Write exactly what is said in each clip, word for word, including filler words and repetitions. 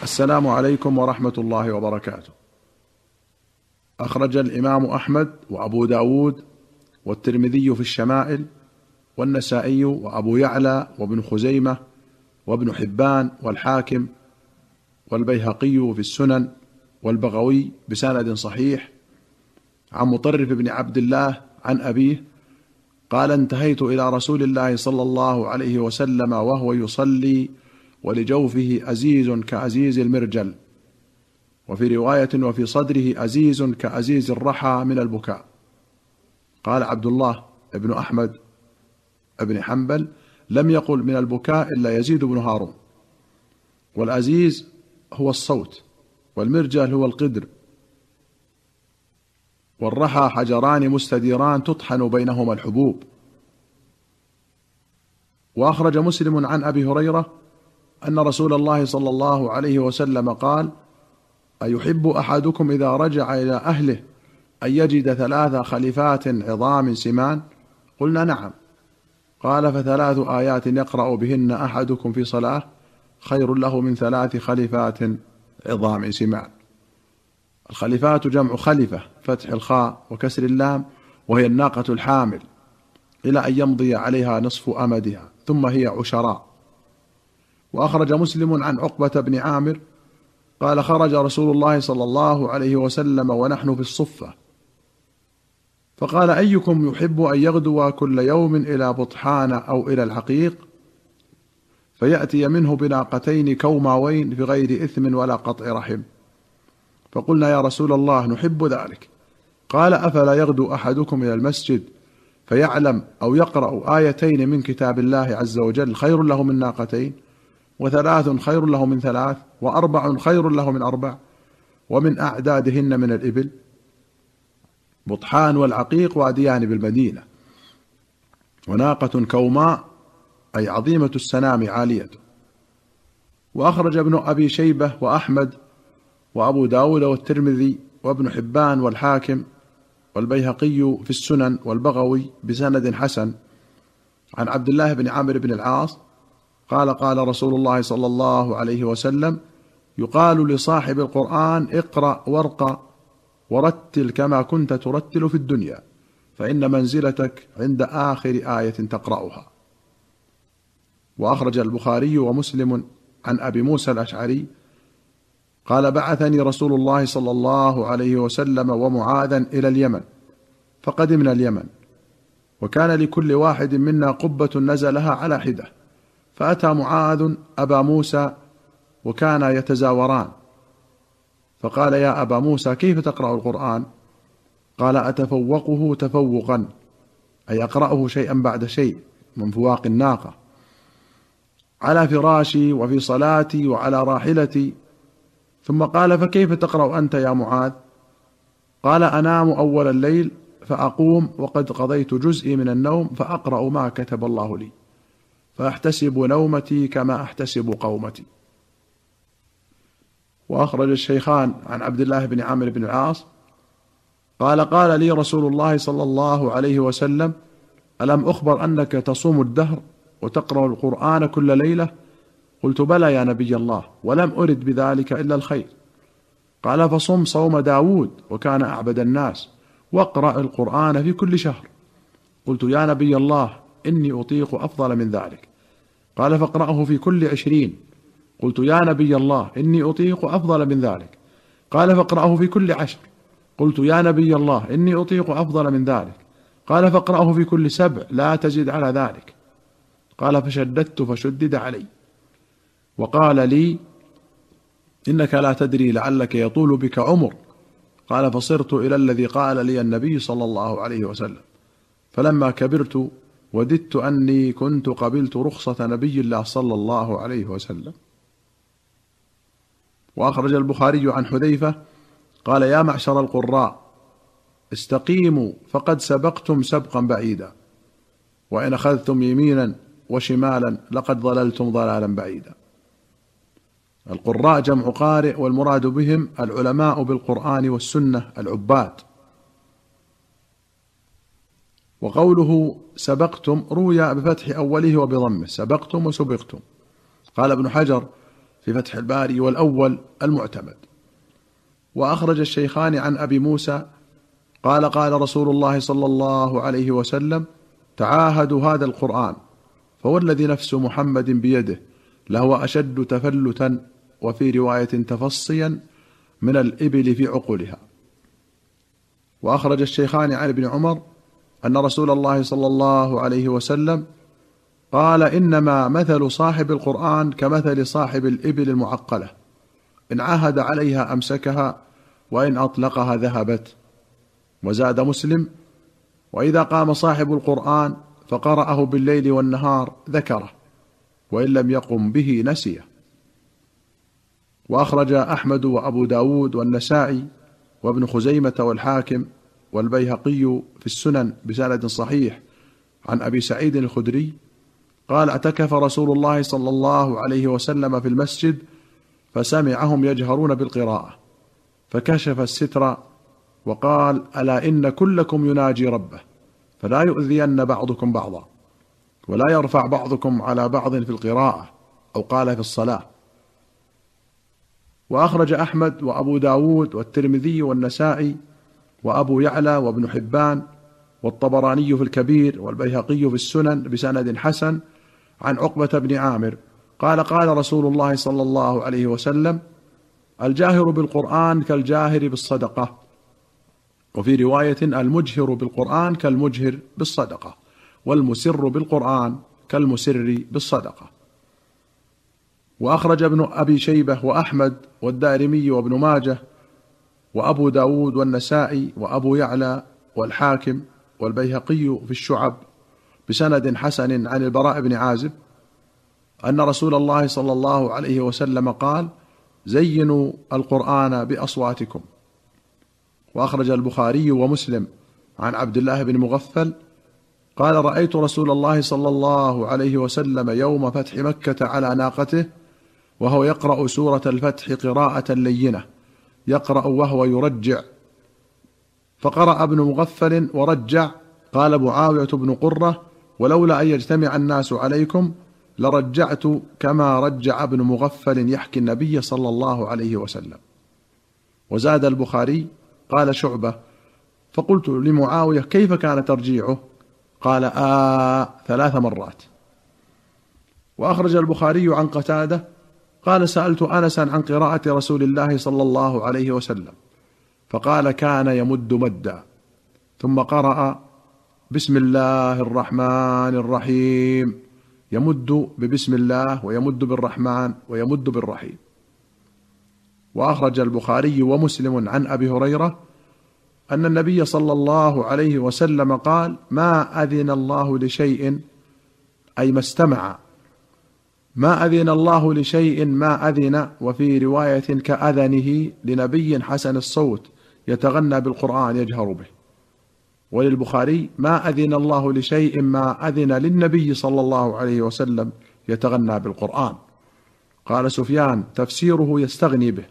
السلام عليكم ورحمة الله وبركاته. أخرج الإمام أحمد وأبو داود والترمذي في الشمائل والنسائي وأبو يعلى وابن خزيمة وابن حبان والحاكم والبيهقي في السنن والبغوي بسند صحيح عن مطرف بن عبد الله عن أبيه قال: انتهيت إلى رسول الله صلى الله عليه وسلم وهو يصلي ولجوفه أزيز كأزيز المرجل، وفي رواية: وفي صدره أزيز كأزيز الرحى من البكاء. قال عبد الله ابن أحمد ابن حنبل: لم يقل من البكاء إلا يزيد بن هارون. والأزيز هو الصوت، والمرجل هو القدر، والرحى حجران مستديران تطحن بينهما الحبوب. وأخرج مسلم عن أبي هريرة أن رسول الله صلى الله عليه وسلم قال: أيحب أحدكم إذا رجع إلى أهله أن يجد ثلاث خليفات عظام سمان؟ قلنا: نعم. قال: فثلاث آيات يقرأ بهن أحدكم في صلاة خير له من ثلاث خليفات عظام سمان. الخليفات جمع خلفة، فتح الخاء وكسر اللام، وهي الناقة الحامل إلى أن يمضي عليها نصف أمدها، ثم هي عشراء. وأخرج مسلم عن عقبة بن عامر قال: خرج رسول الله صلى الله عليه وسلم ونحن في الصفة، فقال: أيكم يحب أن يغدو كل يوم إلى بطحان أو إلى العقيق فيأتي منه بناقتين كوماوين في غير إثم ولا قطع رحم؟ فقلنا: يا رسول الله نحب ذلك. قال: أفلا يغدو أحدكم إلى المسجد فيعلم أو يقرأ آيتين من كتاب الله عز وجل خير له من ناقتين، وثلاث خير له من ثلاث، وأربع خير له من أربع، ومن أعدادهن من الإبل. بطحان والعقيق واديان بالمدينة. وناقة كوماء أي عظيمة السنام عالية. وأخرج ابن أبي شيبة وأحمد وأبو داود والترمذي وابن حبان والحاكم والبيهقي في السنن والبغوي بسند حسن عن عبد الله بن عمرو بن العاص قال: قال رسول الله صلى الله عليه وسلم: يقال لصاحب القرآن اقرأ وارقى ورتل كما كنت ترتل في الدنيا، فإن منزلتك عند آخر آية تقرأها. وأخرج البخاري ومسلم عن أبي موسى الأشعري قال: بعثني رسول الله صلى الله عليه وسلم ومعاذا إلى اليمن، فقدمنا اليمن، وكان لكل واحد منا قبة نزلها على حدة، فأتى معاذ أبا موسى وكانا يتزاوران، فقال: يا أبا موسى كيف تقرأ القرآن؟ قال: أتفوقه تفوقا، أي أقرأه شيئا بعد شيء من فواق الناقة، على فراشي وفي صلاتي وعلى راحلتي. ثم قال: فكيف تقرأ أنت يا معاذ؟ قال: أنام أول الليل فأقوم وقد قضيت جزئي من النوم فأقرأ ما كتب الله لي، فأحتسب نومتي كما أحتسب قومتي. وأخرج الشيخان عن عبد الله بن عمرو بن العاص قال: قال لي رسول الله صلى الله عليه وسلم: ألم أخبر أنك تصوم الدهر وتقرأ القرآن كل ليلة؟ قلت: بلى يا نبي الله، ولم أرد بذلك إلا الخير. قال: فصم صوم داود وكان أعبد الناس، واقرأ القرآن في كل شهر. قلت: يا نبي الله، إني أطيق أفضل من ذلك. قال: فاقرأه في كل عشرين. قلت: يا نبي الله، إني أطيق أفضل من ذلك. قال: فاقرأه في كل عشر. قلت: يا نبي الله، إني أطيق أفضل من ذلك. قال: فاقرأه في كل سبع، لا تزد على ذلك. قال: فشددت فشدد علي. وقال لي: إنك لا تدري لعلك يطول بك عمر. قال: فصرت إلى الذي قال لي النبي صلى الله عليه وسلم، فلما كبرت وددت أني كنت قبلت رخصة نبي الله صلى الله عليه وسلم. وأخرج البخاري عن حذيفة قال: يا معشر القراء استقيموا فقد سبقتم سبقا بعيدا، وإن أخذتم يمينا وشمالا لقد ضللتم ضلالا بعيدا. القراء جمع قارئ، والمراد بهم العلماء بالقرآن والسنة العباد. وقوله سبقتم روي بفتح أوله وبضمه، سبقتم وسبقتم. قال ابن حجر: في فتح الباري، والأول المعتمد. وأخرج الشيخان عن أبي موسى قال قال رسول الله صلى الله عليه وسلم: تعاهدوا هذا القرآن، فوالذي نفس محمد بيده لهو أشد تفلتا، وفي رواية تفصيا، من الإبل في عقولها. وأخرج الشيخان عن ابن عمر أن رسول الله صلى الله عليه وسلم قال: إنما مثل صاحب القرآن كمثل صاحب الإبل المعقلة، إن عاهد عليها أمسكها، وإن أطلقها ذهبت. وزاد مسلم: وإذا قام صاحب القرآن فقرأه بالليل والنهار ذكره، وإن لم يقم به نسيه. وأخرج أحمد وأبو داود والنسائي وابن خزيمة والحاكم والبيهقي في السنن بسند صحيح عن أبي سعيد الخدري قال: اعتكف رسول الله صلى الله عليه وسلم في المسجد، فسمعهم يجهرون بالقراءة، فكشف الستر وقال: ألا إن كلكم يناجي ربه، فلا يؤذين بعضكم بعضا، ولا يرفع بعضكم على بعض في القراءة، أو قال في الصلاة. وأخرج أحمد وأبو داود والترمذي والنسائي وأبو يعلى وابن حبان والطبراني في الكبير والبيهقي في السنن بسند حسن عن عقبة بن عامر قال: قال رسول الله صلى الله عليه وسلم: الجاهر بالقرآن كالجاهر بالصدقة. وفي رواية: المجهر بالقرآن كالمجهر بالصدقة، والمسر بالقرآن كالمسر بالصدقة. وأخرج ابن أبي شيبة وأحمد والدارمي وابن ماجه وأبو داود والنسائي وأبو يعلى والحاكم والبيهقي في الشعب بسند حسن عن البراء بن عازب أن رسول الله صلى الله عليه وسلم قال: زينوا القرآن بأصواتكم. وأخرج البخاري ومسلم عن عبد الله بن مغفل قال: رأيت رسول الله صلى الله عليه وسلم يوم فتح مكة على ناقته، وهو يقرأ سورة الفتح قراءة لينة، يقرأ وهو يرجع، فقرأ ابن مغفل ورجع. قال معاوية بن قرة: ولولا أن يجتمع الناس عليكم لرجعت كما رجع ابن مغفل يحكي النبي صلى الله عليه وسلم. وزاد البخاري: قال شعبة: فقلت لمعاوية: كيف كان ترجيعه؟ قال: آه ثلاث مرات. وأخرج البخاري عن قتادة قال: سألت أنسا عن قراءة رسول الله صلى الله عليه وسلم، فقال: كان يمد مدا، ثم قرأ: بسم الله الرحمن الرحيم، يمد ببسم الله، ويمد بالرحمن، ويمد بالرحيم. وأخرج البخاري ومسلم عن أبي هريرة أن النبي صلى الله عليه وسلم قال: ما أذن الله لشيء، أي ما استمع، ما أذن الله لشيء ما أذن، وفي رواية كأذنه لنبي حسن الصوت يتغنى بالقرآن يجهر به. وللبخاري: ما أذن الله لشيء ما أذن للنبي صلى الله عليه وسلم يتغنى بالقرآن. قال سفيان: تفسيره يستغني به.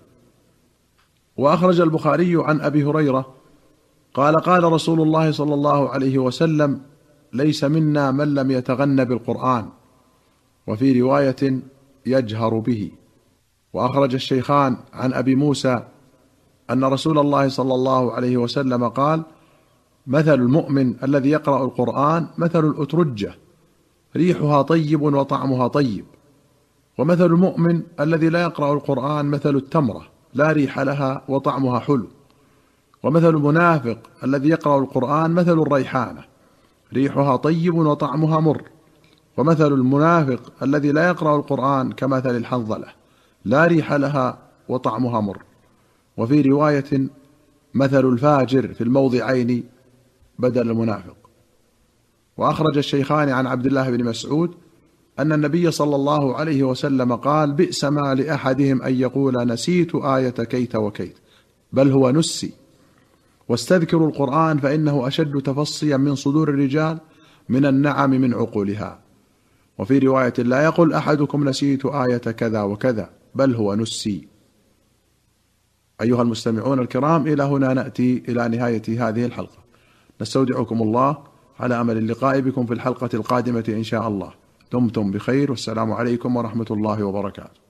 وأخرج البخاري عن أبي هريرة قال: قال رسول الله صلى الله عليه وسلم: ليس منا من لم يتغنى بالقرآن، وفي رواية يجهر به. وأخرج الشيخان عن أبي موسى أن رسول الله صلى الله عليه وسلم قال: مثل المؤمن الذي يقرأ القرآن مثل الأترجة، ريحها طيب وطعمها طيب. ومثل المؤمن الذي لا يقرأ القرآن مثل التمرة، لا ريح لها وطعمها حلو. ومثل المنافق الذي يقرأ القرآن مثل الريحانة، ريحها طيب وطعمها مر. ومثل المنافق الذي لا يقرأ القرآن كمثل الحنظلة، لا ريح لها وطعمها مر. وفي رواية: مثل الفاجر في الموضعين بدل المنافق. وأخرج الشيخان عن عبد الله بن مسعود أن النبي صلى الله عليه وسلم قال: بئس ما لأحدهم أن يقول نسيت آية كيت وكيت، بل هو نسي. واستذكروا القرآن فإنه أشد تفصيا من صدور الرجال من النعم من عقولها. وفي رواية: لا يقل أحدكم نسيت آية كذا وكذا، بل هو نسي. أيها المستمعون الكرام، إلى هنا نأتي إلى نهاية هذه الحلقة. نستودعكم الله على أمل اللقاء بكم في الحلقة القادمة إن شاء الله. دمتم بخير، والسلام عليكم ورحمة الله وبركاته.